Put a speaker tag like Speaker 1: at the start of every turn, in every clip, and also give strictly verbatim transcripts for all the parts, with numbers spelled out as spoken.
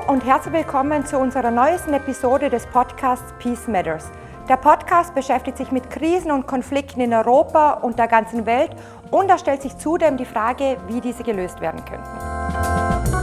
Speaker 1: und herzlich willkommen zu unserer neuesten Episode des Podcasts Peace Matters. Der Podcast beschäftigt sich mit Krisen und Konflikten in Europa und der ganzen Welt und er stellt sich zudem die Frage, wie diese gelöst werden könnten.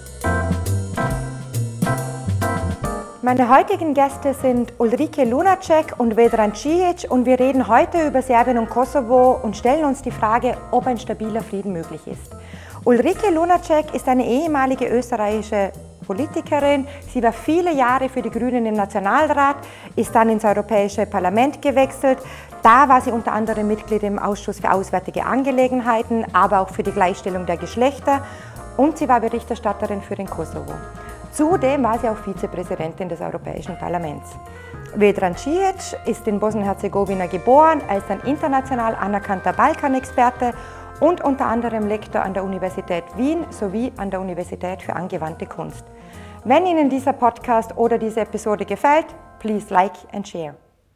Speaker 1: Meine heutigen Gäste sind Ulrike Lunacek und Vedran Cijic und wir reden heute über Serbien und Kosovo und stellen uns die Frage, ob ein stabiler Frieden möglich ist. Ulrike Lunacek ist eine ehemalige österreichische Politikerin. Sie war viele Jahre für die Grünen im Nationalrat, ist dann ins Europäische Parlament gewechselt. Da war sie unter anderem Mitglied im Ausschuss für Auswärtige Angelegenheiten, aber auch für die Gleichstellung der Geschlechter und sie war Berichterstatterin für den Kosovo. Zudem war sie auch Vizepräsidentin des Europäischen Parlaments. Vedran Cijic ist in Bosnien-Herzegowina geboren, er ist ein international anerkannter Balkanexperte und unter anderem Lektor an der Universität Wien sowie an der Universität für angewandte Kunst. Wenn Ihnen dieser Podcast oder diese Episode gefällt, please like and share.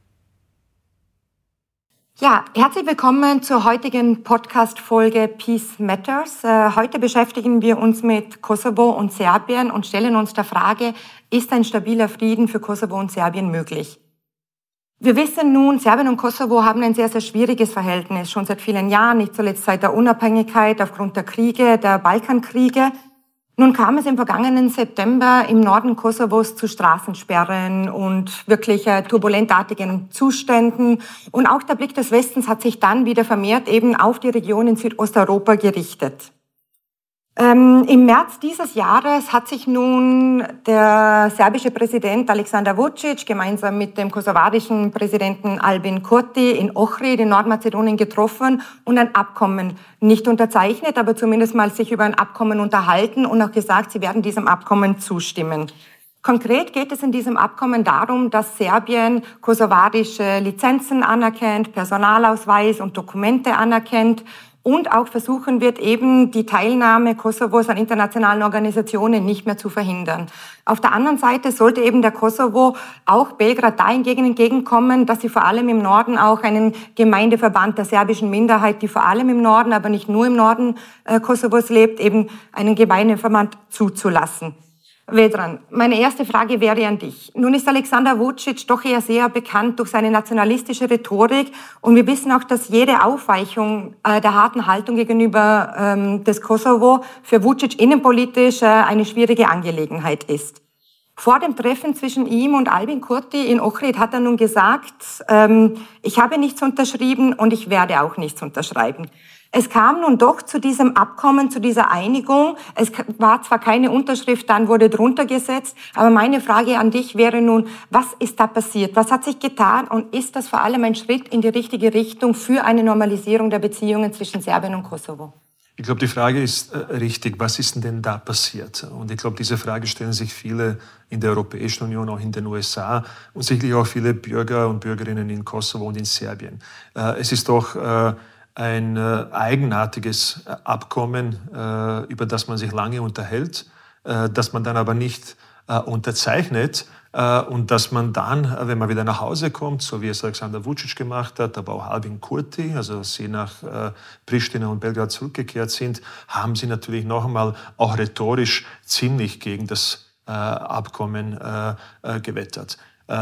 Speaker 1: Ja, herzlich willkommen zur heutigen Podcast-Folge Peace Matters. Heute beschäftigen wir uns mit Kosovo und Serbien und stellen uns der Frage, ist ein stabiler Frieden für Kosovo und Serbien möglich? Wir wissen nun, Serbien und Kosovo haben ein sehr, sehr schwieriges Verhältnis, schon seit vielen Jahren, nicht zuletzt seit der Unabhängigkeit aufgrund der Kriege, der Balkankriege. Nun kam es im vergangenen September im Norden Kosovos zu Straßensperren und wirklich äh, turbulentartigen Zuständen. Und auch der Blick des Westens hat sich dann wieder vermehrt eben auf die Region in Südosteuropa gerichtet. Ähm, Im März dieses Jahres hat sich nun der serbische Präsident Aleksandar Vučić gemeinsam mit dem kosovarischen Präsidenten Albin Kurti in Ohrid in Nordmazedonien getroffen und ein Abkommen nicht unterzeichnet, aber zumindest mal sich über ein Abkommen unterhalten und auch gesagt, sie werden diesem Abkommen zustimmen. Konkret geht es in diesem Abkommen darum, dass Serbien kosovarische Lizenzen anerkennt, Personalausweis und Dokumente anerkennt, und auch versuchen wird, eben die Teilnahme Kosovos an internationalen Organisationen nicht mehr zu verhindern. Auf der anderen Seite sollte eben der Kosovo auch Belgrad dahingegen entgegenkommen, dass sie vor allem im Norden auch einen Gemeindeverband der serbischen Minderheit, die vor allem im Norden, aber nicht nur im Norden äh, Kosovos lebt, eben einen Gemeindeverband zuzulassen. Vedran, meine erste Frage wäre an dich. Nun ist Aleksandar Vučić doch eher sehr bekannt durch seine nationalistische Rhetorik und wir wissen auch, dass jede Aufweichung äh, der harten Haltung gegenüber ähm, des Kosovo für Vučić innenpolitisch äh, eine schwierige Angelegenheit ist. Vor dem Treffen zwischen ihm und Albin Kurti in Ohrid hat er nun gesagt, ähm, ich habe nichts unterschrieben und ich werde auch nichts unterschreiben. Es kam nun doch zu diesem Abkommen, zu dieser Einigung. Es war zwar keine Unterschrift, dann wurde drunter gesetzt, aber meine Frage an dich wäre nun, was ist da passiert? Was hat sich getan und ist das vor allem ein Schritt in die richtige Richtung für eine Normalisierung der Beziehungen zwischen Serbien und Kosovo?
Speaker 2: Ich glaube, die Frage ist äh, richtig, was ist denn da passiert? Und ich glaube, diese Frage stellen sich viele in der Europäischen Union, auch in den U S A und sicherlich auch viele Bürger und Bürgerinnen in Kosovo und in Serbien. Äh, es ist doch äh, ein äh, eigenartiges Abkommen, äh, über das man sich lange unterhält, äh, das man dann aber nicht äh, unterzeichnet äh, und dass man dann, äh, wenn man wieder nach Hause kommt, so wie es Aleksandar Vučić gemacht hat, aber auch Albin Kurti, also als sie nach äh, Pristina und Belgrad zurückgekehrt sind, haben sie natürlich noch einmal auch rhetorisch ziemlich gegen das äh, Abkommen äh, äh, gewettert.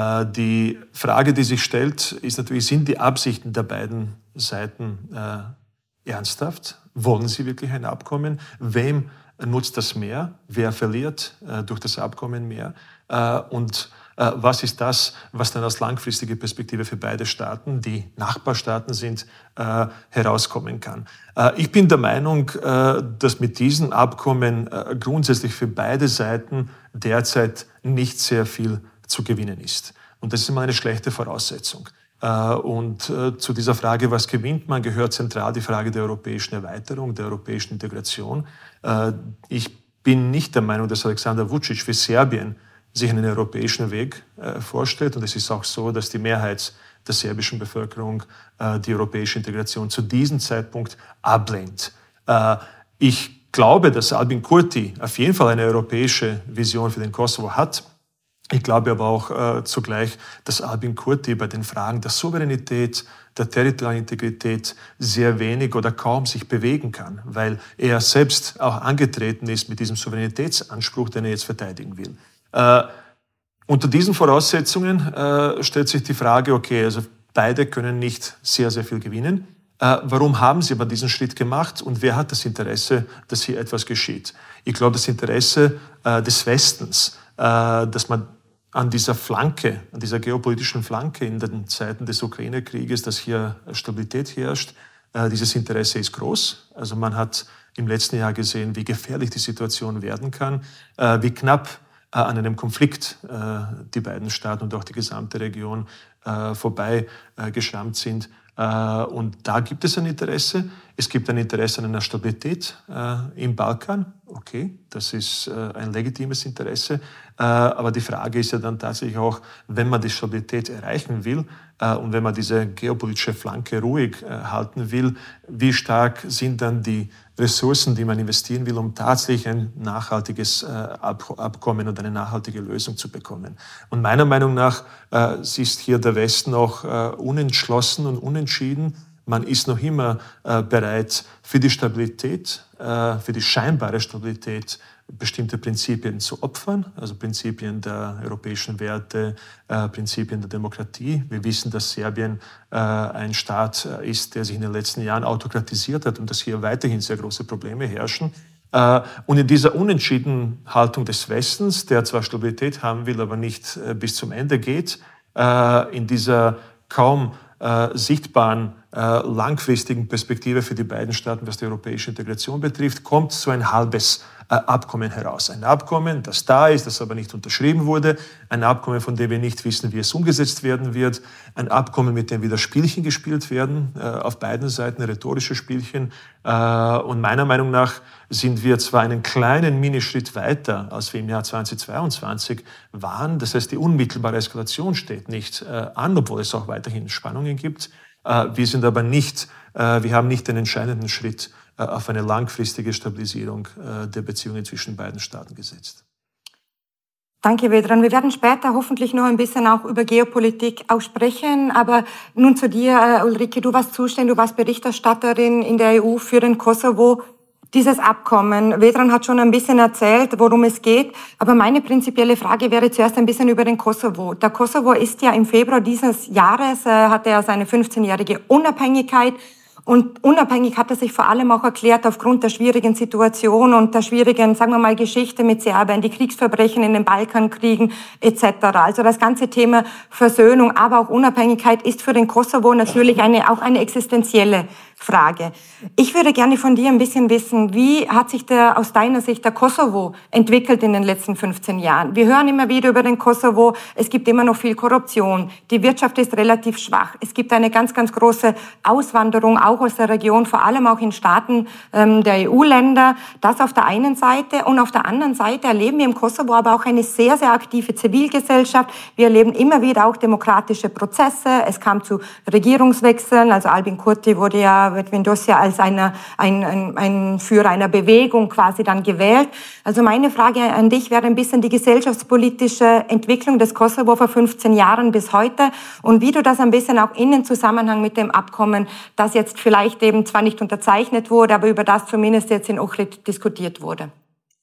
Speaker 2: Die Frage, die sich stellt, ist natürlich, sind die Absichten der beiden Seiten äh, ernsthaft? Wollen sie wirklich ein Abkommen? Wem nutzt das mehr? Wer verliert äh, durch das Abkommen mehr? Äh, und äh, was ist das, was dann aus langfristiger Perspektive für beide Staaten, die Nachbarstaaten sind, äh, herauskommen kann? Äh, ich bin der Meinung, äh, dass mit diesem Abkommen äh, grundsätzlich für beide Seiten derzeit nicht sehr viel zu gewinnen ist. Und das ist immer eine schlechte Voraussetzung. Und zu dieser Frage, was gewinnt man, gehört zentral die Frage der europäischen Erweiterung, der europäischen Integration. Ich bin nicht der Meinung, dass Aleksandar Vučić für Serbien sich einen europäischen Weg vorstellt. Und es ist auch so, dass die Mehrheit der serbischen Bevölkerung die europäische Integration zu diesem Zeitpunkt ablehnt. Ich glaube, dass Albin Kurti auf jeden Fall eine europäische Vision für den Kosovo hat. Ich glaube aber auch äh, zugleich, dass Albin Kurti bei den Fragen der Souveränität, der territorialen Integrität sehr wenig oder kaum sich bewegen kann, weil er selbst auch angetreten ist mit diesem Souveränitätsanspruch, den er jetzt verteidigen will. Äh, unter diesen Voraussetzungen äh, stellt sich die Frage, okay, also beide können nicht sehr, sehr viel gewinnen. Äh, warum haben sie aber diesen Schritt gemacht und wer hat das Interesse, dass hier etwas geschieht? Ich glaube, das Interesse äh, des Westens, äh, dass man an dieser Flanke, an dieser geopolitischen Flanke in den Zeiten des Ukraine-Krieges, dass hier Stabilität herrscht. Äh, dieses Interesse ist groß. Also man hat im letzten Jahr gesehen, wie gefährlich die Situation werden kann, äh, wie knapp äh, an einem Konflikt äh, die beiden Staaten und auch die gesamte Region äh, vorbei äh, geschrammt sind. Äh, und da gibt es ein Interesse. Es gibt ein Interesse an einer Stabilität äh, im Balkan. Okay, das ist äh, ein legitimes Interesse. Äh, aber die Frage ist ja dann tatsächlich auch, wenn man die Stabilität erreichen will äh, und wenn man diese geopolitische Flanke ruhig äh, halten will, wie stark sind dann die Ressourcen, die man investieren will, um tatsächlich ein nachhaltiges äh, Ab- Abkommen und eine nachhaltige Lösung zu bekommen. Und meiner Meinung nach äh, ist hier der Westen auch äh, unentschlossen und unentschieden. Man ist noch immer äh, bereit, für die Stabilität, äh, für die scheinbare Stabilität bestimmte Prinzipien zu opfern, also Prinzipien der europäischen Werte, äh, Prinzipien der Demokratie. Wir wissen, dass Serbien äh, ein Staat ist, der sich in den letzten Jahren autokratisiert hat und dass hier weiterhin sehr große Probleme herrschen. Äh, und in dieser unentschiedenen Haltung des Westens, der zwar Stabilität haben will, aber nicht äh, bis zum Ende geht, äh, in dieser kaum äh, sichtbaren äh, langfristigen Perspektive für die beiden Staaten, was die europäische Integration betrifft, kommt so ein halbes äh, Abkommen heraus. Ein Abkommen, das da ist, das aber nicht unterschrieben wurde. Ein Abkommen, von dem wir nicht wissen, wie es umgesetzt werden wird. Ein Abkommen, mit dem wieder Spielchen gespielt werden, äh, auf beiden Seiten rhetorische Spielchen. Äh, und meiner Meinung nach sind wir zwar einen kleinen Minischritt weiter, als wir im Jahr zweitausendzweiundzwanzig waren. Das heißt, die unmittelbare Eskalation steht nicht äh, an, obwohl es auch weiterhin Spannungen gibt. Äh, wir sind aber nicht, äh, wir haben nicht den entscheidenden Schritt äh, auf eine langfristige Stabilisierung äh, der Beziehungen zwischen beiden Staaten gesetzt.
Speaker 1: Danke, Vedran. Wir werden später hoffentlich noch ein bisschen auch über Geopolitik auch sprechen. Aber nun zu dir, Ulrike. Du warst zuständig, du warst Berichterstatterin in der E U für den Kosovo. Dieses Abkommen, Vedran hat schon ein bisschen erzählt, worum es geht. Aber meine prinzipielle Frage wäre zuerst ein bisschen über den Kosovo. Der Kosovo ist ja im Februar dieses Jahres, äh, hatte er seine fünfzehnjährige Unabhängigkeit. Und unabhängig hat er sich vor allem auch erklärt aufgrund der schwierigen Situation und der schwierigen, sagen wir mal, Geschichte mit Serbien, die Kriegsverbrechen in den Balkankriegen et cetera. Also das ganze Thema Versöhnung, aber auch Unabhängigkeit ist für den Kosovo natürlich eine, auch eine existenzielle Frage. Ich würde gerne von dir ein bisschen wissen, wie hat sich der, aus deiner Sicht der Kosovo entwickelt in den letzten fünfzehn Jahren? Wir hören immer wieder über den Kosovo, es gibt immer noch viel Korruption, die Wirtschaft ist relativ schwach, es gibt eine ganz, ganz große Auswanderung, auch aus der Region, vor allem auch in Staaten ähm, der E U-Länder. Das auf der einen Seite und auf der anderen Seite erleben wir im Kosovo aber auch eine sehr, sehr aktive Zivilgesellschaft. Wir erleben immer wieder auch demokratische Prozesse. Es kam zu Regierungswechseln, also Albin Kurti wurde ja Vetvindosia als einer, ein, ein, ein Führer einer Bewegung quasi dann gewählt. Also meine Frage an dich wäre ein bisschen die gesellschaftspolitische Entwicklung des Kosovo vor fünfzehn Jahren bis heute und wie du das ein bisschen auch in den Zusammenhang mit dem Abkommen, das jetzt vielleicht eben zwar nicht unterzeichnet wurde, aber über das zumindest jetzt in Ohrid diskutiert wurde.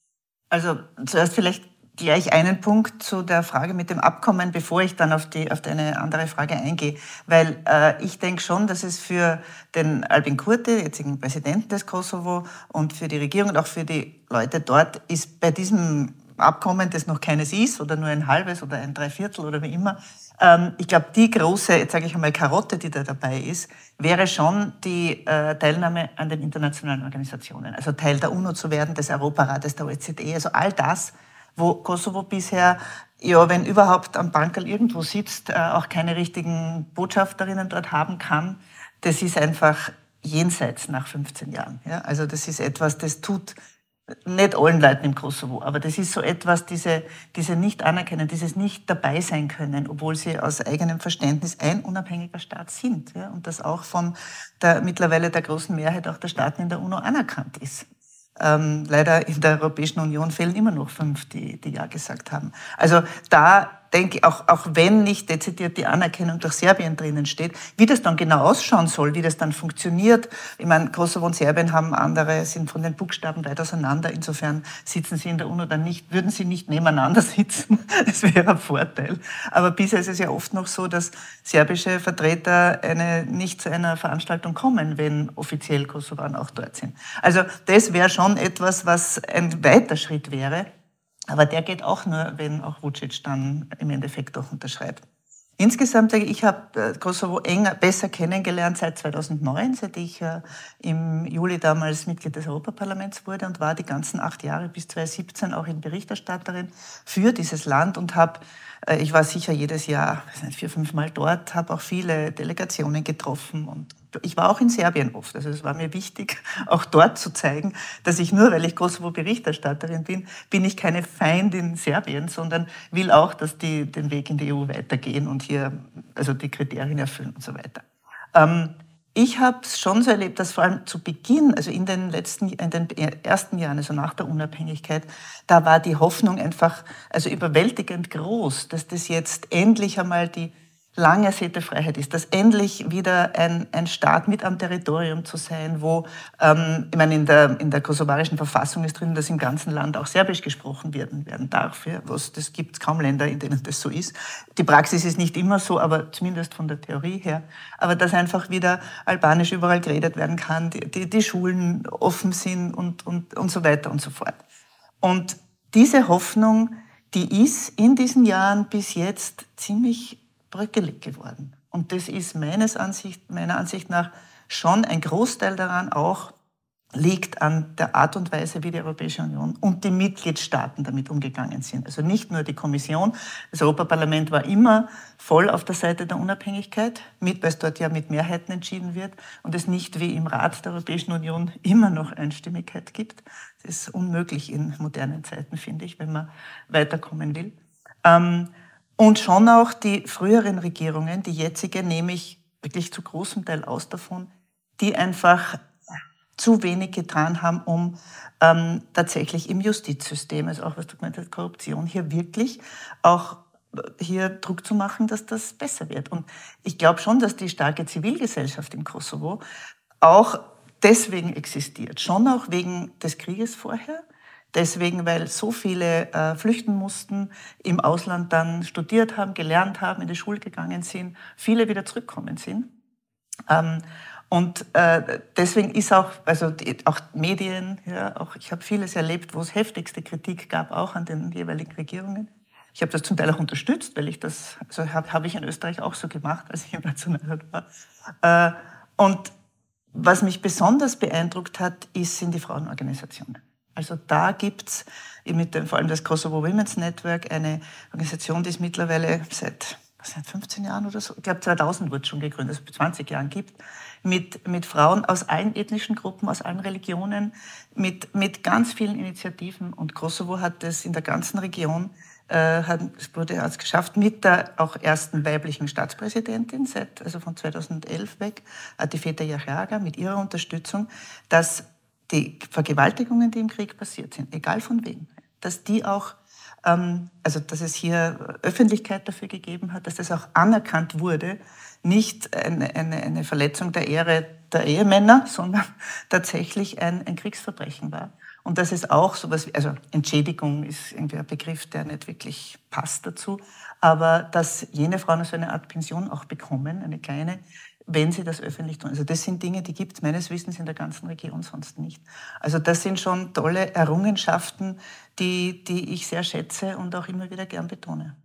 Speaker 3: Also zuerst vielleicht gleich einen Punkt zu der Frage mit dem Abkommen, bevor ich dann auf, die, auf eine andere Frage eingehe. Weil äh, ich denke schon, dass es für den Albin Kurti, jetzigen Präsidenten des Kosovo, und für die Regierung und auch für die Leute dort ist bei diesem Abkommen, das noch keines ist oder nur ein halbes oder ein Dreiviertel oder wie immer, ähm, ich glaube, die große, jetzt sage ich einmal, Karotte, die da dabei ist, wäre schon die äh, Teilnahme an den internationalen Organisationen. Also Teil der UNO zu werden, des Europarates, der O E C D, also all das, wo Kosovo bisher, ja, wenn überhaupt am Bankerl irgendwo sitzt, äh, auch keine richtigen Botschafterinnen dort haben kann. Das ist einfach jenseits nach fünfzehn Jahren. Ja? Also das ist etwas, das tut nicht allen Leuten im Kosovo, aber das ist so etwas, diese, diese Nicht-Anerkennen, dieses nicht dabei sein können, obwohl sie aus eigenem Verständnis ein unabhängiger Staat sind. Ja? Und das auch von der mittlerweile der großen Mehrheit auch der Staaten in der UNO anerkannt ist. Ähm, leider in der Europäischen Union fehlen immer noch fünf, die, die Ja gesagt haben. Also da denke, auch, auch wenn nicht dezidiert die Anerkennung durch Serbien drinnen steht, wie das dann genau ausschauen soll, wie das dann funktioniert. Ich meine, Kosovo und Serbien haben andere, sind von den Buchstaben weit auseinander. Insofern sitzen sie in der UNO dann nicht, würden sie nicht nebeneinander sitzen. Das wäre ein Vorteil. Aber bisher ist es ja oft noch so, dass serbische Vertreter eine, nicht zu einer Veranstaltung kommen, wenn offiziell Kosovaren auch dort sind. Also das wäre schon etwas, was ein weiter Schritt wäre. Aber der geht auch nur, wenn auch Vučić dann im Endeffekt auch unterschreibt. Insgesamt sage ich, ich habe Kosovo enger, besser kennengelernt seit zweitausendneun, seit ich im Juli damals Mitglied des Europaparlaments wurde und war die ganzen acht Jahre bis zweitausendsiebzehn auch in Berichterstatterin für dieses Land und habe, ich war sicher jedes Jahr weiß nicht, vier, fünf Mal dort, habe auch viele Delegationen getroffen und ich war auch in Serbien oft. Also es war mir wichtig, auch dort zu zeigen, dass ich nur, weil ich Kosovo-Berichterstatterin bin, bin ich keine Feindin Serbiens, sondern will auch, dass die den Weg in die E U weitergehen und hier also die Kriterien erfüllen und so weiter. Ähm, ich habe es schon so erlebt, dass vor allem zu Beginn, also in den letzten, in den ersten Jahren, also nach der Unabhängigkeit, da war die Hoffnung einfach also überwältigend groß, dass das jetzt endlich einmal die lang ersehnte Freiheit ist, dass endlich wieder ein, ein Staat mit am Territorium zu sein, wo, ähm, ich meine, in der, in der kosovarischen Verfassung ist drin, dass im ganzen Land auch Serbisch gesprochen werden, werden darf. Ja, was, das gibt es kaum Länder, in denen das so ist. Die Praxis ist nicht immer so, aber zumindest von der Theorie her. Aber dass einfach wieder Albanisch überall geredet werden kann, die, die, die Schulen offen sind und, und, und so weiter und so fort. Und diese Hoffnung, die ist in diesen Jahren bis jetzt ziemlich bröckelig geworden. Und das ist meines Ansicht, meiner Ansicht nach schon ein Großteil daran auch liegt an der Art und Weise, wie die Europäische Union und die Mitgliedstaaten damit umgegangen sind. Also nicht nur die Kommission. Das Europaparlament war immer voll auf der Seite der Unabhängigkeit, mit, weil es dort ja mit Mehrheiten entschieden wird und es nicht wie im Rat der Europäischen Union immer noch Einstimmigkeit gibt. Das ist unmöglich in modernen Zeiten, finde ich, wenn man weiterkommen will. Ähm, Und schon auch die früheren Regierungen, die jetzige nehme ich wirklich zu großem Teil aus davon, die einfach zu wenig getan haben, um ähm, tatsächlich im Justizsystem, also auch was du gemeint hast, Korruption, hier wirklich auch hier Druck zu machen, dass das besser wird. Und ich glaube schon, dass die starke Zivilgesellschaft im Kosovo auch deswegen existiert, schon auch wegen des Krieges vorher. Deswegen, weil so viele äh, flüchten mussten, im Ausland dann studiert haben, gelernt haben, in die Schule gegangen sind, viele wieder zurückgekommen sind. Ähm, und äh, deswegen ist auch, also die, auch Medien, ja, auch ich habe vieles erlebt, wo es heftigste Kritik gab, auch an den jeweiligen Regierungen. Ich habe das zum Teil auch unterstützt, weil ich das, also habe hab ich in Österreich auch so gemacht, als ich im Nationalrat war. Äh, und was mich besonders beeindruckt hat, ist, sind die Frauenorganisationen. Also da gibt's mit dem, vor allem das Kosovo Women's Network, eine Organisation, die es mittlerweile seit was seit fünfzehn Jahren oder so, ich glaube zweitausend wurde es schon gegründet, also zwanzig Jahren gibt, mit, mit Frauen aus allen ethnischen Gruppen, aus allen Religionen, mit, mit ganz vielen Initiativen. Und Kosovo hat es in der ganzen Region, äh, hat, es wurde es geschafft, mit der auch ersten weiblichen Staatspräsidentin, seit, also von zweitausendelf weg, Atifete Jahjaga, mit ihrer Unterstützung, dass die Vergewaltigungen, die im Krieg passiert sind, egal von wem, dass die auch, ähm, also dass es hier Öffentlichkeit dafür gegeben hat, dass das auch anerkannt wurde, nicht eine, eine, eine Verletzung der Ehre der Ehemänner, sondern tatsächlich ein, ein Kriegsverbrechen war. Und dass es auch sowas, also Entschädigung ist irgendwie ein Begriff, der nicht wirklich passt dazu, aber dass jene Frauen so eine Art Pension auch bekommen, eine kleine, wenn sie das öffentlich tun. Also das sind Dinge, die gibt es meines Wissens in der ganzen Region sonst nicht. Also das sind schon tolle Errungenschaften, die, die ich sehr schätze und auch immer wieder gern betone.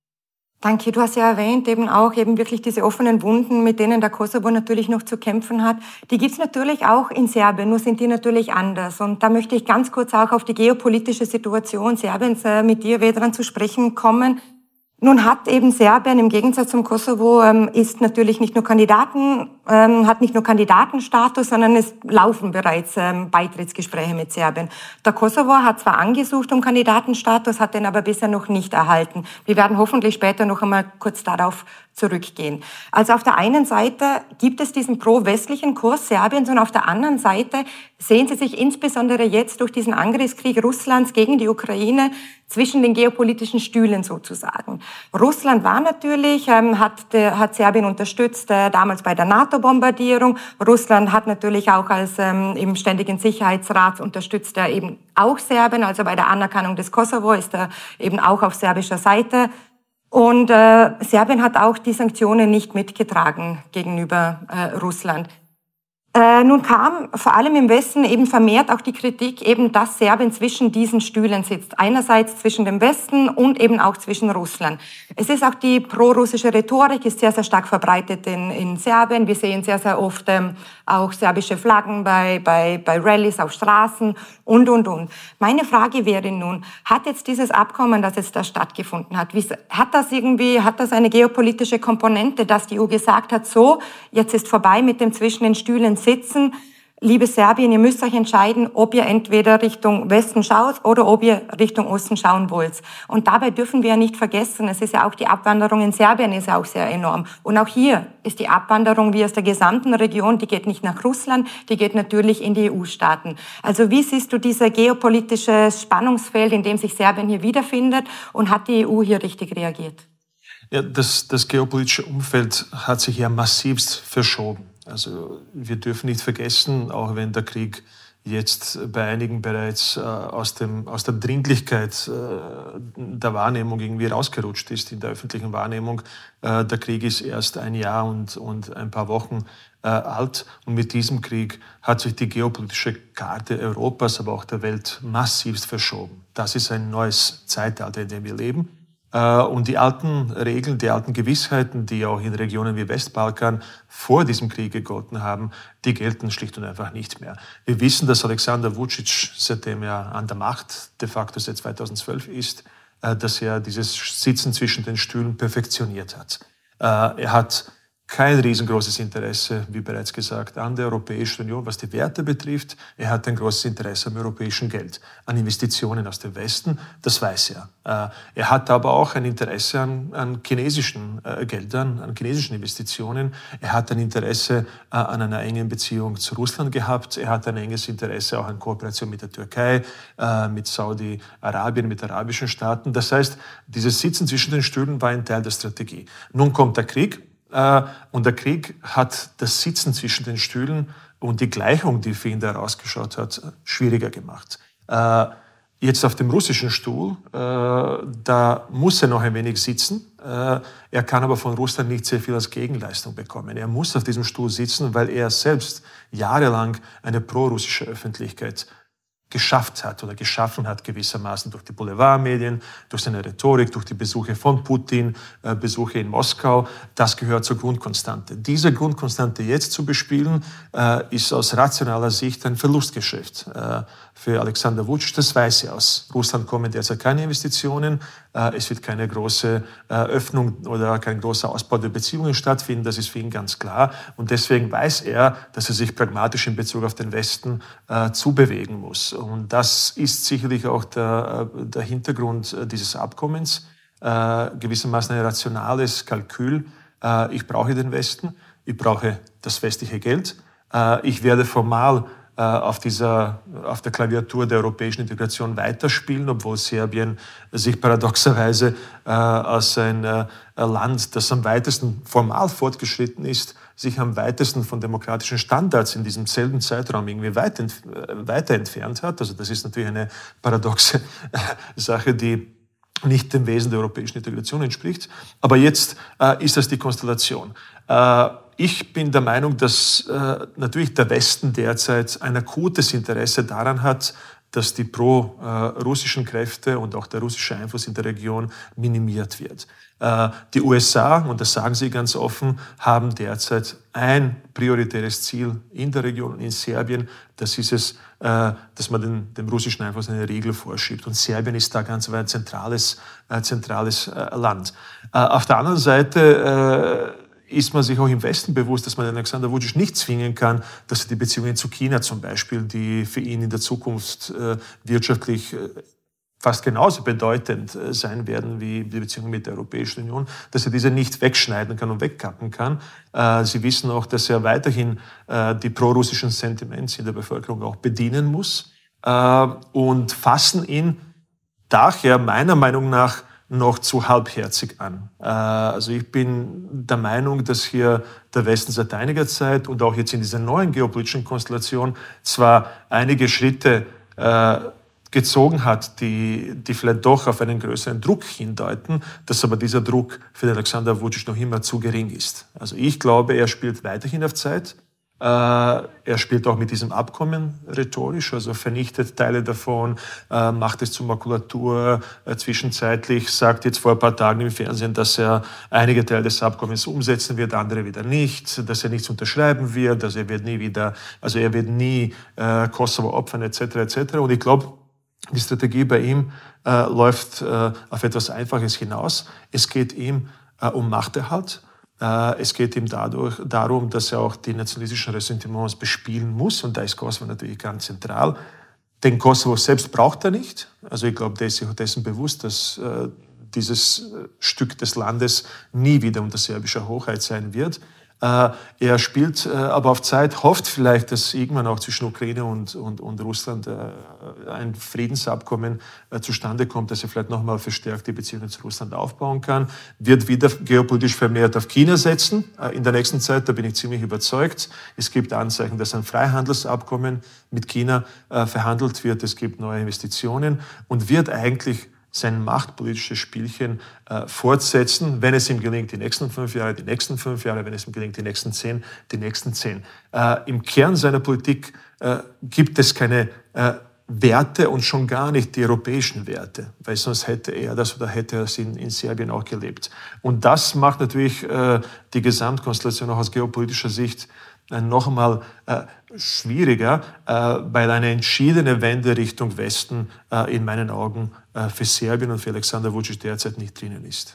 Speaker 1: Danke. Du hast ja erwähnt, eben auch eben wirklich diese offenen Wunden, mit denen der Kosovo natürlich noch zu kämpfen hat. Die gibt's natürlich auch in Serbien, nur sind die natürlich anders. Und da möchte ich ganz kurz auch auf die geopolitische Situation Serbiens äh, mit dir, Vedran, zu sprechen kommen. Nun hat eben Serbien im Gegensatz zum Kosovo ähm, ist natürlich nicht nur Kandidaten, ähm, hat nicht nur Kandidatenstatus, sondern es laufen bereits ähm, Beitrittsgespräche mit Serbien. Der Kosovo hat zwar angesucht um Kandidatenstatus, hat den aber bisher noch nicht erhalten. Wir werden hoffentlich später noch einmal kurz darauf zurückgehen. Also auf der einen Seite gibt es diesen pro-westlichen Kurs Serbiens und auf der anderen Seite sehen Sie sich insbesondere jetzt durch diesen Angriffskrieg Russlands gegen die Ukraine zwischen den geopolitischen Stühlen sozusagen. Russland war natürlich, ähm, hat, der, hat Serbien unterstützt, äh, damals bei der NATO-Bombardierung. Russland hat natürlich auch als ähm, im Ständigen Sicherheitsrat unterstützt er eben auch Serbien, also bei der Anerkennung des Kosovo ist er eben auch auf serbischer Seite. Und äh, Serbien hat auch die Sanktionen nicht mitgetragen gegenüber äh, Russland. Äh, nun kam vor allem im Westen eben vermehrt auch die Kritik, eben, dass Serbien zwischen diesen Stühlen sitzt. Einerseits zwischen dem Westen und eben auch zwischen Russland. Es ist auch die pro-russische Rhetorik, ist sehr, sehr stark verbreitet in, in Serbien. Wir sehen sehr, sehr oft ähm, auch serbische Flaggen bei, bei, bei Rallyes auf Straßen und, und, und. Meine Frage wäre nun, hat jetzt dieses Abkommen, das jetzt da stattgefunden hat, wie, hat das irgendwie, hat das eine geopolitische Komponente, dass die E U gesagt hat, so, jetzt ist vorbei mit dem zwischen den Stühlen sitzen. Liebe Serbien, ihr müsst euch entscheiden, ob ihr entweder Richtung Westen schaut oder ob ihr Richtung Osten schauen wollt. Und dabei dürfen wir ja nicht vergessen, es ist ja auch die Abwanderung in Serbien ist ja auch sehr enorm. Und auch hier ist die Abwanderung wie aus der gesamten Region, die geht nicht nach Russland, die geht natürlich in die E U-Staaten. Also wie siehst du dieses geopolitische Spannungsfeld, in dem sich Serbien hier wiederfindet, und hat die E U hier richtig reagiert?
Speaker 2: Ja, das, das geopolitische Umfeld hat sich ja massivst verschoben. Also wir dürfen nicht vergessen, auch wenn der Krieg jetzt bei einigen bereits äh, aus, dem, aus der Dringlichkeit äh, der Wahrnehmung irgendwie rausgerutscht ist, in der öffentlichen Wahrnehmung. Äh, der Krieg ist erst ein Jahr und, und ein paar Wochen äh, alt. Und mit diesem Krieg hat sich die geopolitische Karte Europas, aber auch der Welt massivst verschoben. Das ist ein neues Zeitalter, in dem wir leben. Und die alten Regeln, die alten Gewissheiten, die auch in Regionen wie Westbalkan vor diesem Krieg gegolten haben, die gelten schlicht und einfach nicht mehr. Wir wissen, dass Alexander Vučić, seitdem er an der Macht de facto seit zweitausendzwölf ist, dass er dieses Sitzen zwischen den Stühlen perfektioniert hat. Er hat kein riesengroßes Interesse, wie bereits gesagt, an der Europäischen Union, was die Werte betrifft. Er hat ein großes Interesse am europäischen Geld, an Investitionen aus dem Westen, das weiß er. Er hat aber auch ein Interesse an, an chinesischen Geldern, an chinesischen Investitionen. Er hat ein Interesse an einer engen Beziehung zu Russland gehabt. Er hat ein enges Interesse auch an Kooperation mit der Türkei, mit Saudi-Arabien, mit arabischen Staaten. Das heißt, dieses Sitzen zwischen den Stühlen war ein Teil der Strategie. Nun kommt der Krieg. Und der Krieg hat das Sitzen zwischen den Stühlen und die Gleichung, die für ihn da herausgeschaut hat, schwieriger gemacht. Jetzt auf dem russischen Stuhl, da muss er noch ein wenig sitzen. Er kann aber von Russland nicht sehr viel als Gegenleistung bekommen. Er muss auf diesem Stuhl sitzen, weil er selbst jahrelang eine prorussische Öffentlichkeit geschafft hat oder geschaffen hat gewissermaßen durch die Boulevardmedien, durch seine Rhetorik, durch die Besuche von Putin, äh, Besuche in Moskau. Das gehört zur Grundkonstante. Diese Grundkonstante jetzt zu bespielen, äh, ist aus rationaler Sicht ein Verlustgeschäft äh, für Alexander Vučić. Das weiß er. Aus Russland kommen derzeit keine Investitionen. Äh, es wird keine große äh, Öffnung oder kein großer Ausbau der Beziehungen stattfinden. Das ist für ihn ganz klar. Und deswegen weiß er, dass er sich pragmatisch in Bezug auf den Westen äh, zubewegen muss. Und das ist sicherlich auch der, der Hintergrund dieses Abkommens, äh, gewissermaßen ein rationales Kalkül. Äh, ich brauche den Westen, ich brauche das westliche Geld, äh, ich werde formal äh, auf, dieser, auf der Klaviatur der europäischen Integration weiterspielen, obwohl Serbien sich paradoxerweise äh, als ein äh, Land, das am weitesten formal fortgeschritten ist, sich am weitesten von demokratischen Standards in diesem selben Zeitraum irgendwie weit ent, weiter entfernt hat. Also das ist natürlich eine paradoxe Sache, die nicht dem Wesen der europäischen Integration entspricht. Aber jetzt äh, ist das die Konstellation. Äh, ich bin der Meinung, dass äh, natürlich der Westen derzeit ein akutes Interesse daran hat, dass die pro-russischen Kräfte und auch der russische Einfluss in der Region minimiert wird. Die U S A, und das sagen sie ganz offen, haben derzeit ein prioritäres Ziel in der Region, in Serbien. Das ist es, dass man den, dem russischen Einfluss eine Regel vorschiebt. Und Serbien ist da ganz ein zentrales, zentrales Land. Auf der anderen Seite ist man sich auch im Westen bewusst, dass man Alexander Vučić nicht zwingen kann, dass er die Beziehungen zu China zum Beispiel, die für ihn in der Zukunft äh, wirtschaftlich äh, fast genauso bedeutend sein werden wie die Beziehungen mit der Europäischen Union, dass er diese nicht wegschneiden kann und wegkappen kann. Sie wissen auch, dass er weiterhin die prorussischen Sentiments in der Bevölkerung auch bedienen muss und fassen ihn daher meiner Meinung nach noch zu halbherzig an. Also ich bin der Meinung, dass hier der Westen seit einiger Zeit und auch jetzt in dieser neuen geopolitischen Konstellation zwar einige Schritte gezogen hat, die, die vielleicht doch auf einen größeren Druck hindeuten, dass aber dieser Druck für den Alexander Vučić noch immer zu gering ist. Also ich glaube, er spielt weiterhin auf Zeit. Äh, er spielt auch mit diesem Abkommen rhetorisch, also vernichtet Teile davon, äh, macht es zur Makulatur. Äh, zwischenzeitlich sagt jetzt vor ein paar Tagen im Fernsehen, dass er einige Teile des Abkommens umsetzen wird, andere wieder nicht, dass er nichts unterschreiben wird, also er wird nie wieder, also er wird nie äh, Kosovo opfern et cetera et cetera. Und ich glaube, die Strategie bei ihm äh, läuft äh, auf etwas Einfaches hinaus. Es geht ihm äh, um Machterhalt. Äh, es geht ihm dadurch, darum, dass er auch die nationalistischen Ressentiments bespielen muss. Und da ist Kosovo natürlich ganz zentral. Den Kosovo selbst braucht er nicht. Also ich glaube, der ist sich dessen bewusst, dass äh, dieses Stück des Landes nie wieder unter serbischer Hoheit sein wird. Er spielt aber auf Zeit, hofft vielleicht, dass irgendwann auch zwischen Ukraine und, und, und Russland ein Friedensabkommen zustande kommt, dass er vielleicht nochmal verstärkt die Beziehungen zu Russland aufbauen kann, wird wieder geopolitisch vermehrt auf China setzen. In der nächsten Zeit, da bin ich ziemlich überzeugt. Es gibt Anzeichen, dass ein Freihandelsabkommen mit China verhandelt wird. Es gibt neue Investitionen und wird eigentlich sein machtpolitisches Spielchen äh, fortsetzen, wenn es ihm gelingt, die nächsten fünf Jahre, die nächsten fünf Jahre, wenn es ihm gelingt, die nächsten zehn, die nächsten zehn. Äh, Im Kern seiner Politik äh, gibt es keine äh, Werte und schon gar nicht die europäischen Werte, weil sonst hätte er das oder hätte er es in, in Serbien auch gelebt. Und das macht natürlich äh, die Gesamtkonstellation auch aus geopolitischer Sicht noch einmal äh, schwieriger, äh, weil eine entschiedene Wende Richtung Westen äh, in meinen Augen äh, für Serbien und für Alexander Vučić derzeit nicht drinnen ist.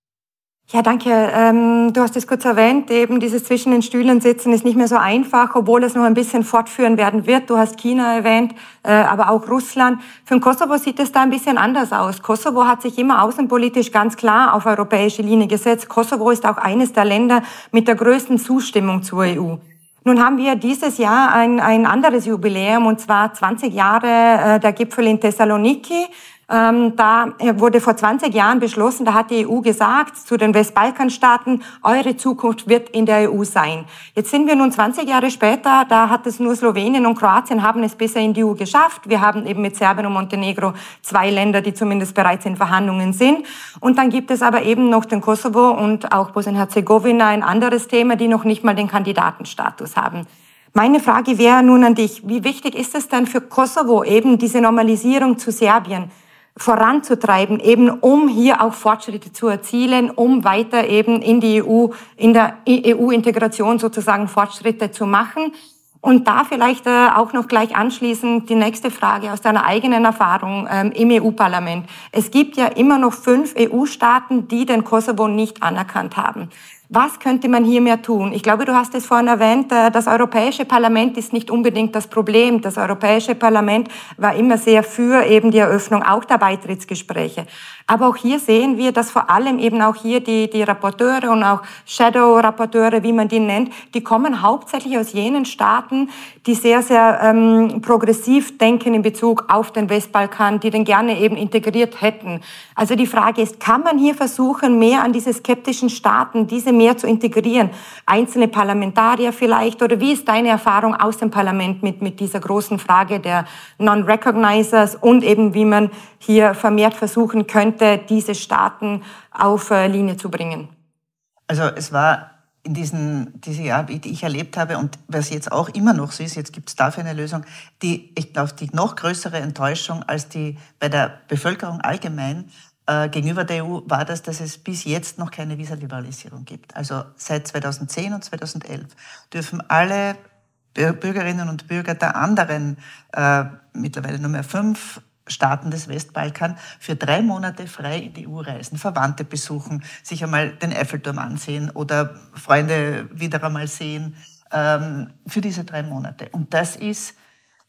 Speaker 1: Ja, danke. Ähm, du hast es kurz erwähnt, eben dieses zwischen den Stühlen sitzen ist nicht mehr so einfach, obwohl es noch ein bisschen fortführen werden wird. Du hast China erwähnt, äh, aber auch Russland. Für den Kosovo sieht es da ein bisschen anders aus. Kosovo hat sich immer außenpolitisch ganz klar auf europäische Linie gesetzt. Kosovo ist auch eines der Länder mit der größten Zustimmung zur E U. Nun haben wir dieses Jahr ein, ein anderes Jubiläum, und zwar zwanzig Jahre äh, der Gipfel in Thessaloniki. Ähm, da wurde vor zwanzig Jahren beschlossen, da hat die E U gesagt zu den Westbalkanstaaten, eure Zukunft wird in der E U sein. Jetzt sind wir nun zwanzig Jahre später, da hat es nur Slowenien und Kroatien haben es bisher in die E U geschafft. Wir haben eben mit Serbien und Montenegro zwei Länder, die zumindest bereits in Verhandlungen sind. Und dann gibt es aber eben noch den Kosovo und auch Bosnien-Herzegowina, ein anderes Thema, die noch nicht mal den Kandidatenstatus haben. Meine Frage wäre nun an dich, wie wichtig ist es denn für Kosovo eben diese Normalisierung zu Serbien voranzutreiben, eben um hier auch Fortschritte zu erzielen, um weiter eben in die E U, in der E U-Integration sozusagen Fortschritte zu machen? Und da vielleicht äh, auch noch gleich anschließend die nächste Frage aus deiner eigenen Erfahrung ähm, im E U-Parlament. Es gibt ja immer noch fünf E U-Staaten, die den Kosovo nicht anerkannt haben. Was könnte man hier mehr tun? Ich glaube, du hast es vorhin erwähnt, das Europäische Parlament ist nicht unbedingt das Problem. Das Europäische Parlament war immer sehr für eben die Eröffnung auch der Beitrittsgespräche. Aber auch hier sehen wir, dass vor allem eben auch hier die, die Rapporteure und auch Shadow-Rapporteure, wie man die nennt, die kommen hauptsächlich aus jenen Staaten, die sehr, sehr ähm, progressiv denken in Bezug auf den Westbalkan, die den gerne eben integriert hätten. Also die Frage ist, kann man hier versuchen, mehr an diese skeptischen Staaten, diese mehr zu integrieren? Einzelne Parlamentarier vielleicht? Oder wie ist deine Erfahrung aus dem Parlament mit, mit dieser großen Frage der Non-Recognizers und eben wie man hier vermehrt versuchen könnte, diese Staaten auf Linie zu bringen?
Speaker 3: Also es war in diesen diese Jahr, die ich erlebt habe und was jetzt auch immer noch so ist, jetzt gibt es dafür eine Lösung, die, ich glaube, die noch größere Enttäuschung als die bei der Bevölkerung allgemein äh, gegenüber der E U war das, dass es bis jetzt noch keine Visaliberalisierung gibt. Also seit zweitausendzehn und zweitausendelf dürfen alle Bürgerinnen und Bürger der anderen, äh, mittlerweile nur mehr fünf Staaten des Westbalkan, für drei Monate frei in die E U reisen, Verwandte besuchen, sich einmal den Eiffelturm ansehen oder Freunde wieder einmal sehen, ähm, für diese drei Monate. Und das ist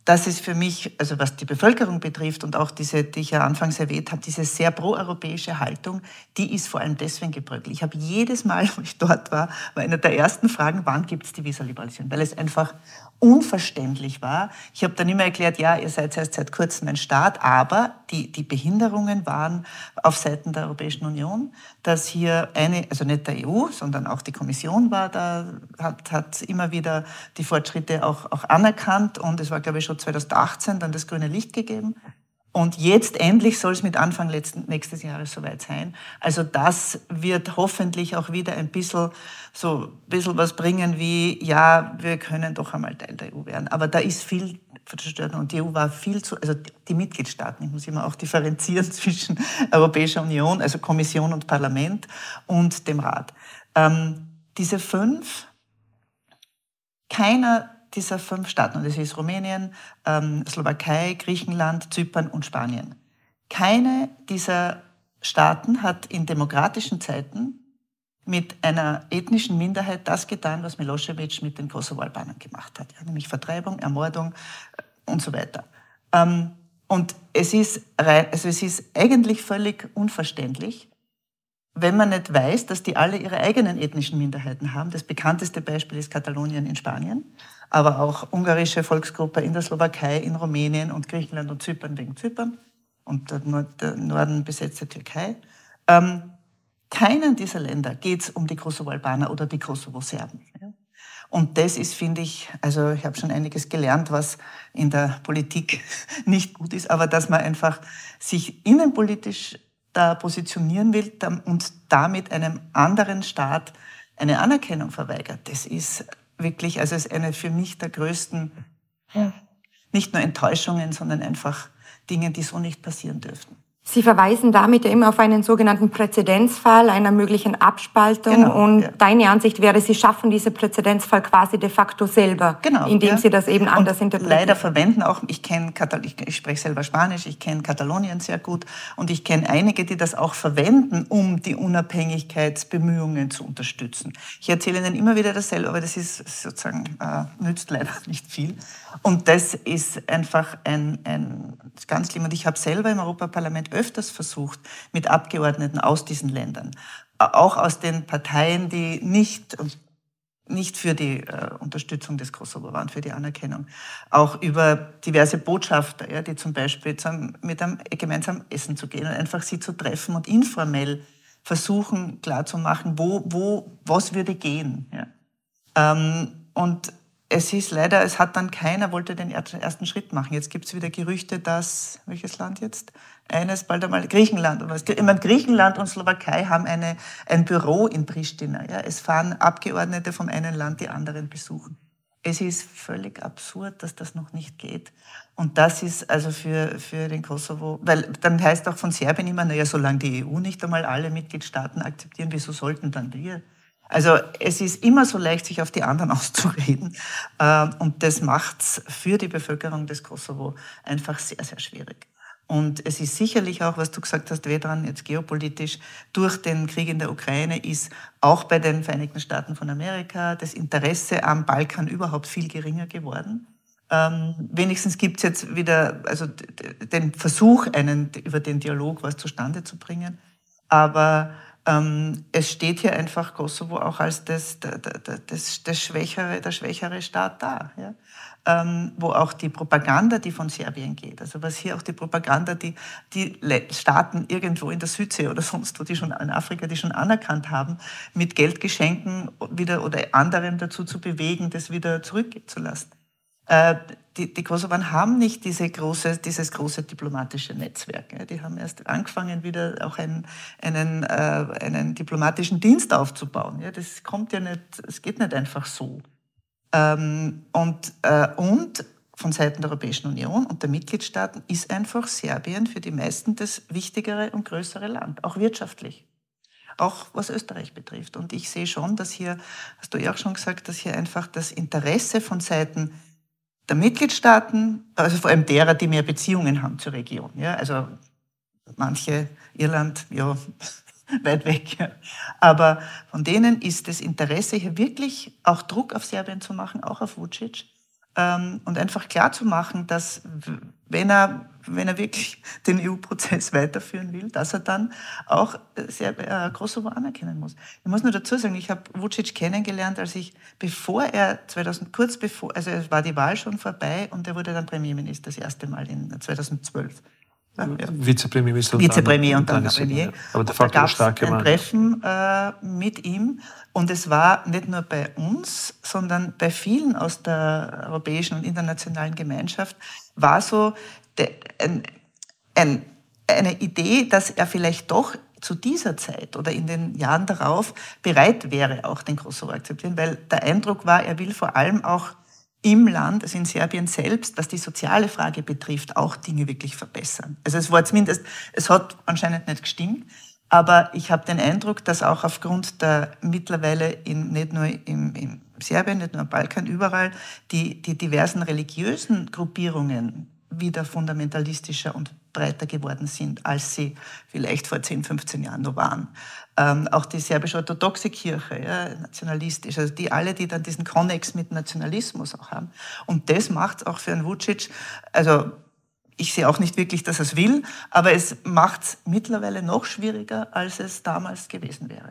Speaker 3: das ist für mich, also was die Bevölkerung betrifft und auch diese, die ich ja anfangs erwähnt habe, diese sehr proeuropäische Haltung, die ist vor allem deswegen gebröckelt. Ich habe jedes Mal, wo ich dort war, war eine der ersten Fragen, wann gibt es die Visaliberalisierung? Weil es einfach unverständlich war. Ich habe dann immer erklärt, ja, ihr seid erst seit kurzem ein Staat, aber die, die Behinderungen waren auf Seiten der Europäischen Union, dass hier eine, also nicht der E U, sondern auch die Kommission war da, hat, hat immer wieder die Fortschritte auch, auch anerkannt und es war, glaube ich, schon zweitausendachtzehn dann das grüne Licht gegeben. Und jetzt endlich soll es mit Anfang letzten, nächstes Jahres soweit sein. Also das wird hoffentlich auch wieder ein bisschen, so ein bisschen was bringen wie, ja, wir können doch einmal Teil der E U werden. Aber da ist viel zerstört und die E U war viel zu, also die Mitgliedstaaten, ich muss immer auch differenzieren zwischen Europäischer Union, also Kommission und Parlament und dem Rat. Ähm, diese fünf, keiner dieser fünf Staaten, und das ist Rumänien, ähm, Slowakei, Griechenland, Zypern und Spanien. Keine dieser Staaten hat in demokratischen Zeiten mit einer ethnischen Minderheit das getan, was Milosevic mit den Kosovo-Albanern gemacht hat, ja, nämlich Vertreibung, Ermordung und so weiter. Ähm, und es ist, rein, also es ist eigentlich völlig unverständlich, wenn man nicht weiß, dass die alle ihre eigenen ethnischen Minderheiten haben. Das bekannteste Beispiel ist Katalonien in Spanien, aber auch ungarische Volksgruppe in der Slowakei, in Rumänien und Griechenland und Zypern wegen Zypern und der, Nord der Norden besetzte Türkei. Ähm, keinen dieser Länder geht es um die Kosovo-Albaner oder die Kosovo-Serben. Ja? Und das ist, finde ich, also ich habe schon einiges gelernt, was in der Politik nicht gut ist, aber dass man einfach sich innenpolitisch da positionieren will und damit einem anderen Staat eine Anerkennung verweigert, das ist wirklich, also ist eine für mich der größten, nicht nur Enttäuschungen, sondern einfach Dinge, die so nicht passieren dürften.
Speaker 1: Sie verweisen damit ja immer auf einen sogenannten Präzedenzfall einer möglichen Abspaltung. Genau, und ja. Deine Ansicht wäre, Sie schaffen diesen Präzedenzfall quasi de facto selber, genau, indem ja. Sie das eben und anders interpretieren.
Speaker 3: Leider verwenden auch, ich kenne, ich, ich spreche selber Spanisch, ich kenne Katalonien sehr gut und ich kenne einige, die das auch verwenden, um die Unabhängigkeitsbemühungen zu unterstützen. Ich erzähle Ihnen immer wieder dasselbe, aber das ist sozusagen, äh, nützt leider nicht viel. Und das ist einfach ein, ein ganz schlimm. Und ich habe selber im Europaparlament öfters versucht, mit Abgeordneten aus diesen Ländern, auch aus den Parteien, die nicht, nicht für die äh, Unterstützung des Kosovo waren, für die Anerkennung, auch über diverse Botschafter, ja, die zum Beispiel zum, mit einem gemeinsam essen zu gehen und einfach sie zu treffen und informell versuchen klarzumachen, wo, wo, was würde gehen. Ja. Ähm, und es ist leider, es hat dann keiner, wollte den ersten Schritt machen. Jetzt gibt es wieder Gerüchte, dass, welches Land jetzt? Eines, bald einmal Griechenland. Ich meine, Griechenland und Slowakei haben eine, ein Büro in Pristina. Ja? Es fahren Abgeordnete vom einen Land die anderen besuchen. Es ist völlig absurd, dass das noch nicht geht. Und das ist also für, für den Kosovo, weil dann heißt auch von Serbien immer, naja, solange die E U nicht einmal alle Mitgliedstaaten akzeptieren, wieso sollten dann wir? Also es ist immer so leicht, sich auf die anderen auszureden. Und das macht es für die Bevölkerung des Kosovo einfach sehr, sehr schwierig. Und es ist sicherlich auch, was du gesagt hast, Vedran, jetzt geopolitisch, durch den Krieg in der Ukraine ist auch bei den Vereinigten Staaten von Amerika das Interesse am Balkan überhaupt viel geringer geworden. Ähm, wenigstens gibt es jetzt wieder also den Versuch, einen, über den Dialog was zustande zu bringen. Aber ähm, es steht hier einfach Kosovo auch als das, das, das, das schwächere, der schwächere Staat da. Ja? Ähm, wo auch die Propaganda, die von Serbien geht, also was hier auch die Propaganda, die die Staaten irgendwo in der Südsee oder sonst wo, die schon in Afrika, die schon anerkannt haben, mit Geldgeschenken wieder oder anderen dazu zu bewegen, das wieder zurückgehen zu lassen. Äh, die, die Kosovaren haben nicht diese große, dieses große diplomatische Netzwerk. Ja. Die haben erst angefangen, wieder auch einen, einen, äh, einen diplomatischen Dienst aufzubauen. Ja. Das kommt ja nicht, es geht nicht einfach so. Ähm, und, äh, und von Seiten der Europäischen Union und der Mitgliedstaaten ist einfach Serbien für die meisten das wichtigere und größere Land, auch wirtschaftlich, auch was Österreich betrifft. Und ich sehe schon, dass hier, hast du ja auch schon gesagt, dass hier einfach das Interesse von Seiten der Mitgliedstaaten, also vor allem derer, die mehr Beziehungen haben zur Region, ja, also manche, Irland, ja, weit weg. Ja. Aber von denen ist das Interesse hier wirklich auch Druck auf Serbien zu machen, auch auf Vučić, ähm, und einfach klarzumachen, dass wenn er, wenn er wirklich den E U-Prozess weiterführen will, dass er dann auch sehr, äh, Kosovo anerkennen muss. Ich muss nur dazu sagen, ich habe Vučić kennengelernt, als ich, bevor er zweitausend, kurz bevor, also es war die Wahl schon vorbei und er wurde dann Premierminister das erste Mal in zweitausendzwölf. Ja, ja.
Speaker 2: Vizepremierminister und
Speaker 3: Vizepremier und dann, und dann Premier.
Speaker 2: Aber der
Speaker 3: da gab es ein
Speaker 2: Mann.
Speaker 3: Treffen äh, mit ihm und es war nicht nur bei uns, sondern bei vielen aus der europäischen und internationalen Gemeinschaft war so de, ein, ein, eine Idee, dass er vielleicht doch zu dieser Zeit oder in den Jahren darauf bereit wäre, auch den Kosovo zu akzeptieren, weil der Eindruck war, er will vor allem auch im Land, also in Serbien selbst, was die soziale Frage betrifft, auch Dinge wirklich verbessern. Also es war zumindest, es hat anscheinend nicht gestimmt, aber ich habe den Eindruck, dass auch aufgrund der mittlerweile in, nicht nur im, im Serbien, nicht nur im Balkan, überall die, die diversen religiösen Gruppierungen wieder fundamentalistischer und breiter geworden sind, als sie vielleicht vor zehn, fünfzehn Jahren noch waren. Ähm, auch die serbisch-orthodoxe Kirche, ja, nationalistisch, also die alle, die dann diesen Konnex mit Nationalismus auch haben. Und das macht es auch für einen Vučić, also ich sehe auch nicht wirklich, dass er es will, aber es macht es mittlerweile noch schwieriger, als es damals gewesen wäre.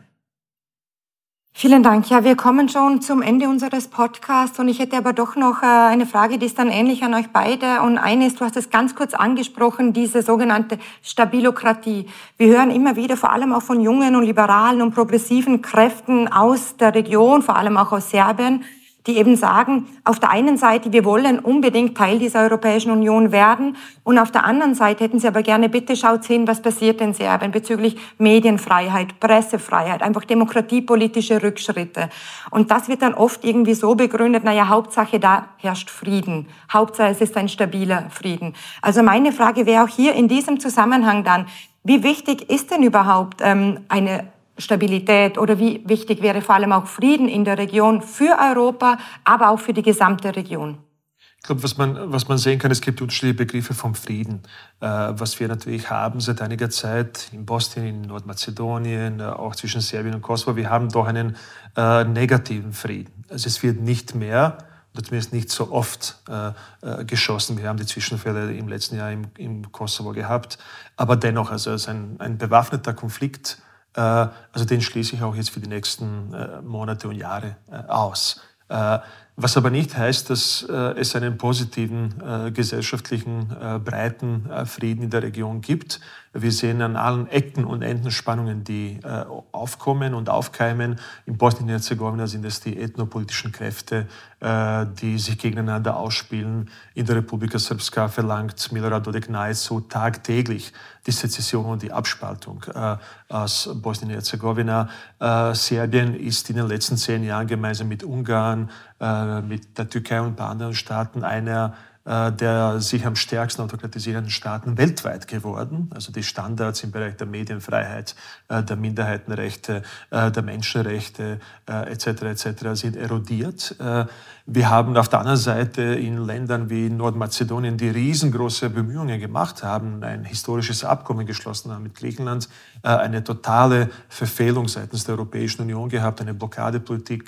Speaker 1: Vielen Dank. Ja, wir kommen schon zum Ende unseres Podcasts und ich hätte aber doch noch eine Frage, die ist dann ähnlich an euch beide. Und eine ist, du hast es ganz kurz angesprochen, diese sogenannte Stabilokratie. Wir hören immer wieder, vor allem auch von jungen und liberalen und progressiven Kräften aus der Region, vor allem auch aus Serbien, die eben sagen, auf der einen Seite, wir wollen unbedingt Teil dieser Europäischen Union werden und auf der anderen Seite hätten sie aber gerne, bitte schaut hin, was passiert in Serbien bezüglich Medienfreiheit, Pressefreiheit, einfach demokratiepolitische Rückschritte. Und das wird dann oft irgendwie so begründet, naja, Hauptsache da herrscht Frieden, Hauptsache es ist ein stabiler Frieden. Also meine Frage wäre auch hier in diesem Zusammenhang dann, wie wichtig ist denn überhaupt ähm, eine Stabilität oder wie wichtig wäre vor allem auch Frieden in der Region für Europa, aber auch für die gesamte Region?
Speaker 2: Ich glaube, was man, was man sehen kann, es gibt unterschiedliche Begriffe vom Frieden. Äh, was wir natürlich haben seit einiger Zeit in Bosnien, in Nordmazedonien, äh, auch zwischen Serbien und Kosovo, wir haben doch einen äh, negativen Frieden. Also es wird nicht mehr, oder zumindest nicht so oft äh, äh, geschossen. Wir haben die Zwischenfälle im letzten Jahr im, im Kosovo gehabt. Aber dennoch, also es ist ein, ein bewaffneter Konflikt, also den schließe ich auch jetzt für die nächsten äh, Monate und Jahre äh, aus. Äh, was aber nicht heißt, dass äh, es einen positiven äh, gesellschaftlichen, äh, breiten äh, Frieden in der Region gibt. Wir sehen an allen Ecken und Enden Spannungen, die äh, aufkommen und aufkeimen. In Bosnien-Herzegowina sind es die ethnopolitischen Kräfte, äh, die sich gegeneinander ausspielen. In der Republika Srpska verlangt Milorad Dodik so tagtäglich die Sezession und die Abspaltung äh, aus Bosnien-Herzegowina. Äh, Serbien ist in den letzten zehn Jahren gemeinsam mit Ungarn, äh, mit der Türkei und ein paar anderen Staaten einer der sich am stärksten autokratisierenden Staaten weltweit geworden. Also die Standards im Bereich der Medienfreiheit, der Minderheitenrechte, der Menschenrechte et cetera et cetera sind erodiert. Wir haben auf der anderen Seite in Ländern wie Nordmazedonien, die riesengroße Bemühungen gemacht haben, ein historisches Abkommen geschlossen haben mit Griechenland, eine totale Verfehlung seitens der Europäischen Union gehabt, eine Blockadepolitik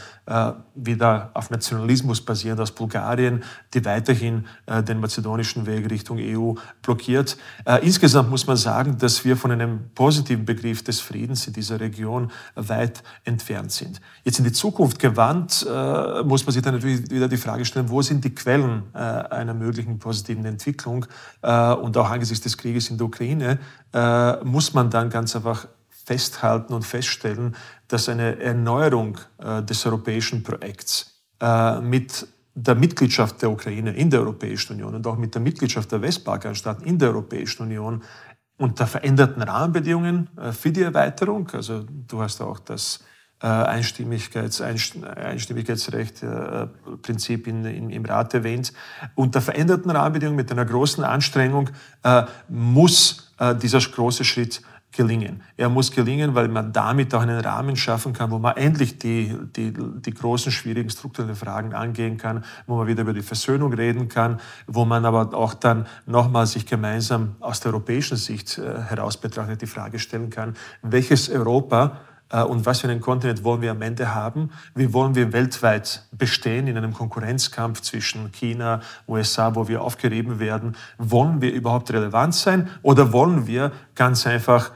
Speaker 2: wieder auf Nationalismus basierend aus Bulgarien, die weiterhin den mazedonischen Weg Richtung E U blockiert. Insgesamt muss man sagen, dass wir von einem positiven Begriff des Friedens in dieser Region weit entfernt sind. Jetzt in die Zukunft gewandt, muss man sich dann natürlich wieder die Frage stellen, wo sind die Quellen einer möglichen positiven Entwicklung? Und auch angesichts des Krieges in der Ukraine muss man dann ganz einfach festhalten und feststellen, dass eine Erneuerung des europäischen Projekts mit der Mitgliedschaft der Ukraine in der Europäischen Union und auch mit der Mitgliedschaft der Westbalkanstaaten in der Europäischen Union unter veränderten Rahmenbedingungen für die Erweiterung, also du hast auch das Einstimmigkeits, Einstimmigkeitsrecht, Prinzip in, in, im Rat erwähnt, unter veränderten Rahmenbedingungen mit einer großen Anstrengung muss dieser große Schritt gelingen. Er muss gelingen, weil man damit auch einen Rahmen schaffen kann, wo man endlich die, die, die großen, schwierigen strukturellen Fragen angehen kann, wo man wieder über die Versöhnung reden kann, wo man aber auch dann nochmal sich gemeinsam aus der europäischen Sicht äh, heraus betrachtet die Frage stellen kann, welches Europa Und was für einen Kontinent wollen wir am Ende haben? Wie wollen wir weltweit bestehen in einem Konkurrenzkampf zwischen China, U S A, wo wir aufgerieben werden? Wollen wir überhaupt relevant sein oder wollen wir ganz einfach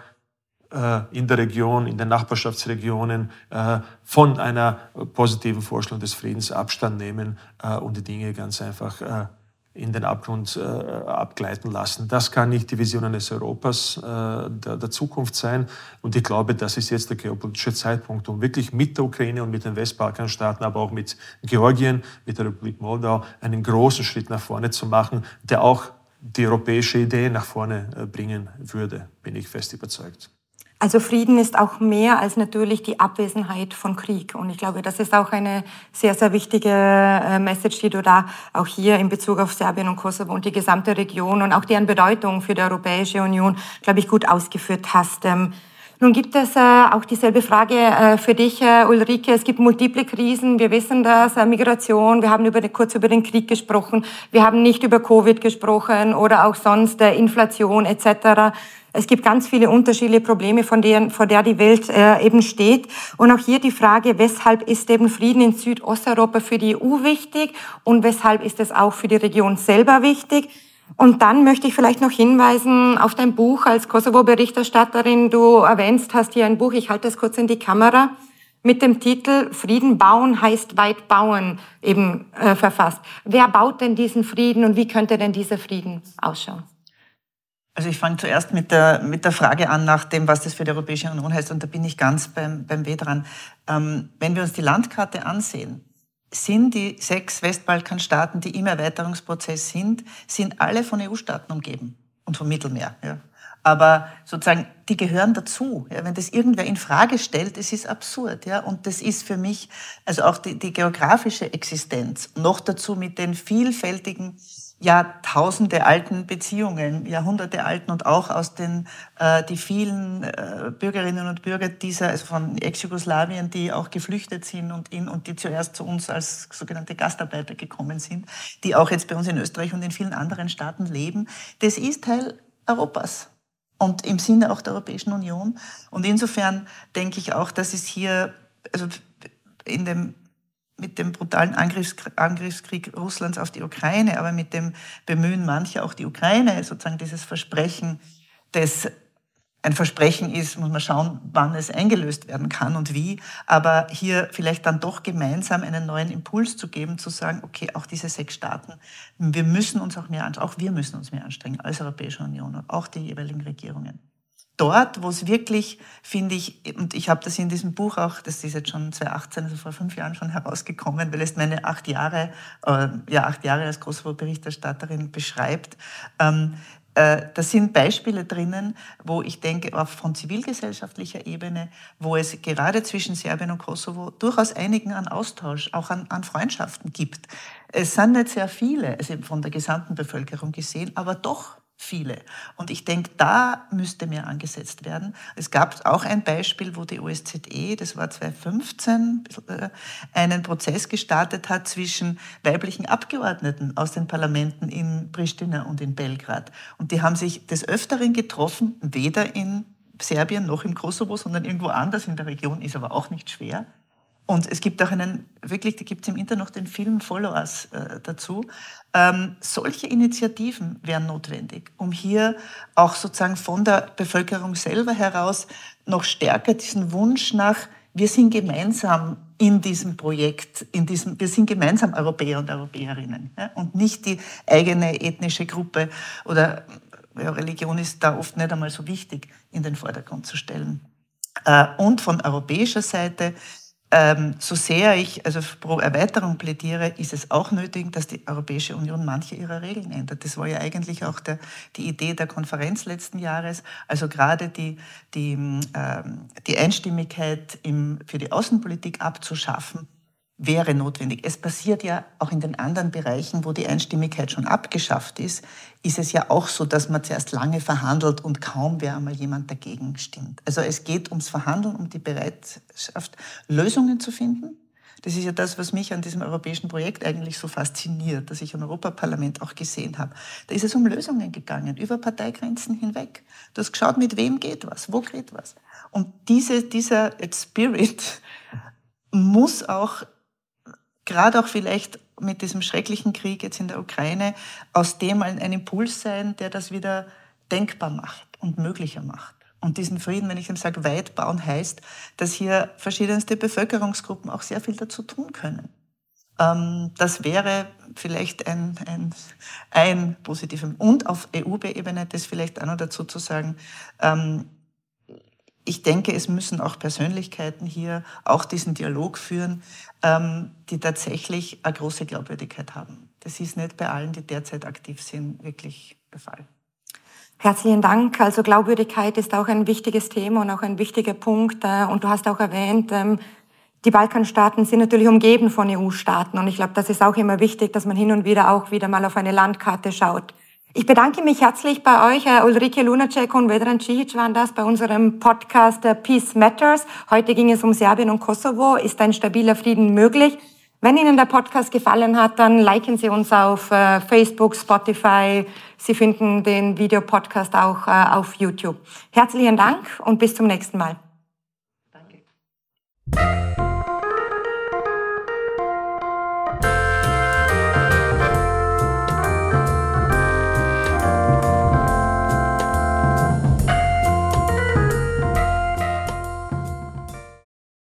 Speaker 2: äh, in der Region, in den Nachbarschaftsregionen äh, von einer positiven Vorstellung des Friedens Abstand nehmen äh, und die Dinge ganz einfach äh, in den Abgrund äh, abgleiten lassen. Das kann nicht die Vision eines Europas äh, der, der Zukunft sein. Und ich glaube, das ist jetzt der geopolitische Zeitpunkt, um wirklich mit der Ukraine und mit den Westbalkanstaaten, aber auch mit Georgien, mit der Republik Moldau, einen großen Schritt nach vorne zu machen, der auch die europäische Idee nach vorne äh, bringen würde, bin ich fest überzeugt.
Speaker 1: Also Frieden ist auch mehr als natürlich die Abwesenheit von Krieg. Und ich glaube, das ist auch eine sehr, sehr wichtige Message, die du da auch hier in Bezug auf Serbien und Kosovo und die gesamte Region und auch deren Bedeutung für die Europäische Union, glaube ich, gut ausgeführt hast. Nun gibt es äh, auch dieselbe Frage äh, für dich, äh, Ulrike. Es gibt multiple Krisen. Wir wissen das, äh, Migration. Wir haben über, kurz über den Krieg gesprochen. Wir haben nicht über Covid gesprochen oder auch sonst äh, Inflation et cetera. Es gibt ganz viele unterschiedliche Probleme, von denen, vor der die Welt äh, eben steht. Und auch hier die Frage, weshalb ist eben Frieden in Südosteuropa für die E U wichtig und weshalb ist es auch für die Region selber wichtig? Und dann möchte ich vielleicht noch hinweisen auf dein Buch als Kosovo-Berichterstatterin. Du erwähnst, hast hier ein Buch, ich halte das kurz in die Kamera, mit dem Titel Frieden bauen heißt weit bauen eben äh, verfasst. Wer baut denn diesen Frieden und wie könnte denn dieser Frieden ausschauen?
Speaker 3: Also ich fange zuerst mit der, mit der Frage an nach dem, was das für die Europäische Union heißt. Und da bin ich ganz beim, beim W dran. Ähm, wenn wir uns die Landkarte ansehen, sind die sechs Westbalkanstaaten, die im Erweiterungsprozess sind, sind alle von E U-Staaten umgeben und vom Mittelmeer. Ja. Aber sozusagen, die gehören dazu. Ja. Wenn das irgendwer in Frage stellt, es ist absurd. Ja. Und das ist für mich, also auch die, die geografische Existenz, noch dazu mit den vielfältigen Jahrtausende alten Beziehungen, Jahrhunderte alten und auch aus den äh, die vielen äh, Bürgerinnen und Bürger dieser, also von Ex-Jugoslawien, die auch geflüchtet sind und in und die zuerst zu uns als sogenannte Gastarbeiter gekommen sind, die auch jetzt bei uns in Österreich und in vielen anderen Staaten leben. Das ist Teil Europas und im Sinne auch der Europäischen Union. Und insofern denke ich auch, dass es hier, also in dem mit dem brutalen Angriffskrieg, Angriffskrieg Russlands auf die Ukraine, aber mit dem Bemühen mancher auch die Ukraine, sozusagen dieses Versprechen, das ein Versprechen ist, muss man schauen, wann es eingelöst werden kann und wie, aber hier vielleicht dann doch gemeinsam einen neuen Impuls zu geben, zu sagen, okay, auch diese sechs Staaten, wir müssen uns auch mehr anstrengen, auch wir müssen uns mehr anstrengen als Europäische Union und auch die jeweiligen Regierungen. Dort, wo es wirklich, finde ich, und ich habe das in diesem Buch auch, das ist jetzt schon zweitausendachtzehn, also vor fünf Jahren schon herausgekommen, weil es meine acht Jahre, äh, ja, acht Jahre als Kosovo-Berichterstatterin beschreibt. Ähm, äh, da sind Beispiele drinnen, wo ich denke, auch von zivilgesellschaftlicher Ebene, wo es gerade zwischen Serbien und Kosovo durchaus einigen an Austausch, auch an, an Freundschaften gibt. Es sind nicht sehr viele, also von der gesamten Bevölkerung gesehen, aber doch viele. Und ich denke, da müsste mehr angesetzt werden. Es gab auch ein Beispiel, wo die O S Z E, das war zweitausendfünfzehn, einen Prozess gestartet hat zwischen weiblichen Abgeordneten aus den Parlamenten in Pristina und in Belgrad. Und die haben sich des Öfteren getroffen, weder in Serbien noch im Kosovo, sondern irgendwo anders in der Region, ist aber auch nicht schwer. Und es gibt auch einen, wirklich, da gibt es im Internet noch den Film Follow Us äh, dazu. Ähm, solche Initiativen wären notwendig, um hier auch sozusagen von der Bevölkerung selber heraus noch stärker diesen Wunsch nach, wir sind gemeinsam in diesem Projekt, in diesem, wir sind gemeinsam Europäer und Europäerinnen, ja, und nicht die eigene ethnische Gruppe oder ja, Religion ist da oft nicht einmal so wichtig, in den Vordergrund zu stellen. Äh, und von europäischer Seite, Ähm, so sehr ich also pro Erweiterung plädiere, ist es auch nötig, dass die Europäische Union manche ihrer Regeln ändert. Das war ja eigentlich auch der, die Idee der Konferenz letzten Jahres, also gerade die, die, ähm, die Einstimmigkeit im, für die Außenpolitik abzuschaffen, wäre notwendig. Es passiert ja auch in den anderen Bereichen, wo die Einstimmigkeit schon abgeschafft ist, ist es ja auch so, dass man zuerst lange verhandelt und kaum wer einmal jemand dagegen stimmt. Also es geht ums Verhandeln, um die Bereitschaft, Lösungen zu finden, Das ist ja das, was mich an diesem europäischen Projekt eigentlich so fasziniert, dass ich im Europaparlament auch gesehen habe. Da ist es um Lösungen gegangen, über Parteigrenzen hinweg. Du hast geschaut, mit wem geht was, wo geht was. Und diese, dieser Spirit muss auch, gerade auch vielleicht mit diesem schrecklichen Krieg jetzt in der Ukraine, aus dem ein, ein Impuls sein, der das wieder denkbar macht und möglicher macht. Und diesen Frieden, wenn ich ihm sage, weit bauen, heißt, dass hier verschiedenste Bevölkerungsgruppen auch sehr viel dazu tun können. Ähm, das wäre vielleicht ein, ein, ein positiver. Und auf E U-Ebene, das vielleicht auch noch dazu zu sagen, ähm, ich denke, es müssen auch Persönlichkeiten hier auch diesen Dialog führen, ähm, die tatsächlich eine große Glaubwürdigkeit haben. Das ist nicht bei allen, die derzeit aktiv sind, wirklich der Fall.
Speaker 1: Herzlichen Dank. Also Glaubwürdigkeit ist auch ein wichtiges Thema und auch ein wichtiger Punkt. Und du hast auch erwähnt, die Balkanstaaten sind natürlich umgeben von E U-Staaten. Und ich glaube, das ist auch immer wichtig, dass man hin und wieder auch wieder mal auf eine Landkarte schaut. Ich bedanke mich herzlich bei euch. Ulrike Lunacek und Vedran Cilic waren das bei unserem Podcast Peace Matters. Heute ging es um Serbien und Kosovo. Ist ein stabiler Frieden möglich? Wenn Ihnen der Podcast gefallen hat, dann liken Sie uns auf äh, Facebook, Spotify. Sie finden den Videopodcast auch äh, auf YouTube. Herzlichen Dank und bis zum nächsten Mal.
Speaker 3: Danke.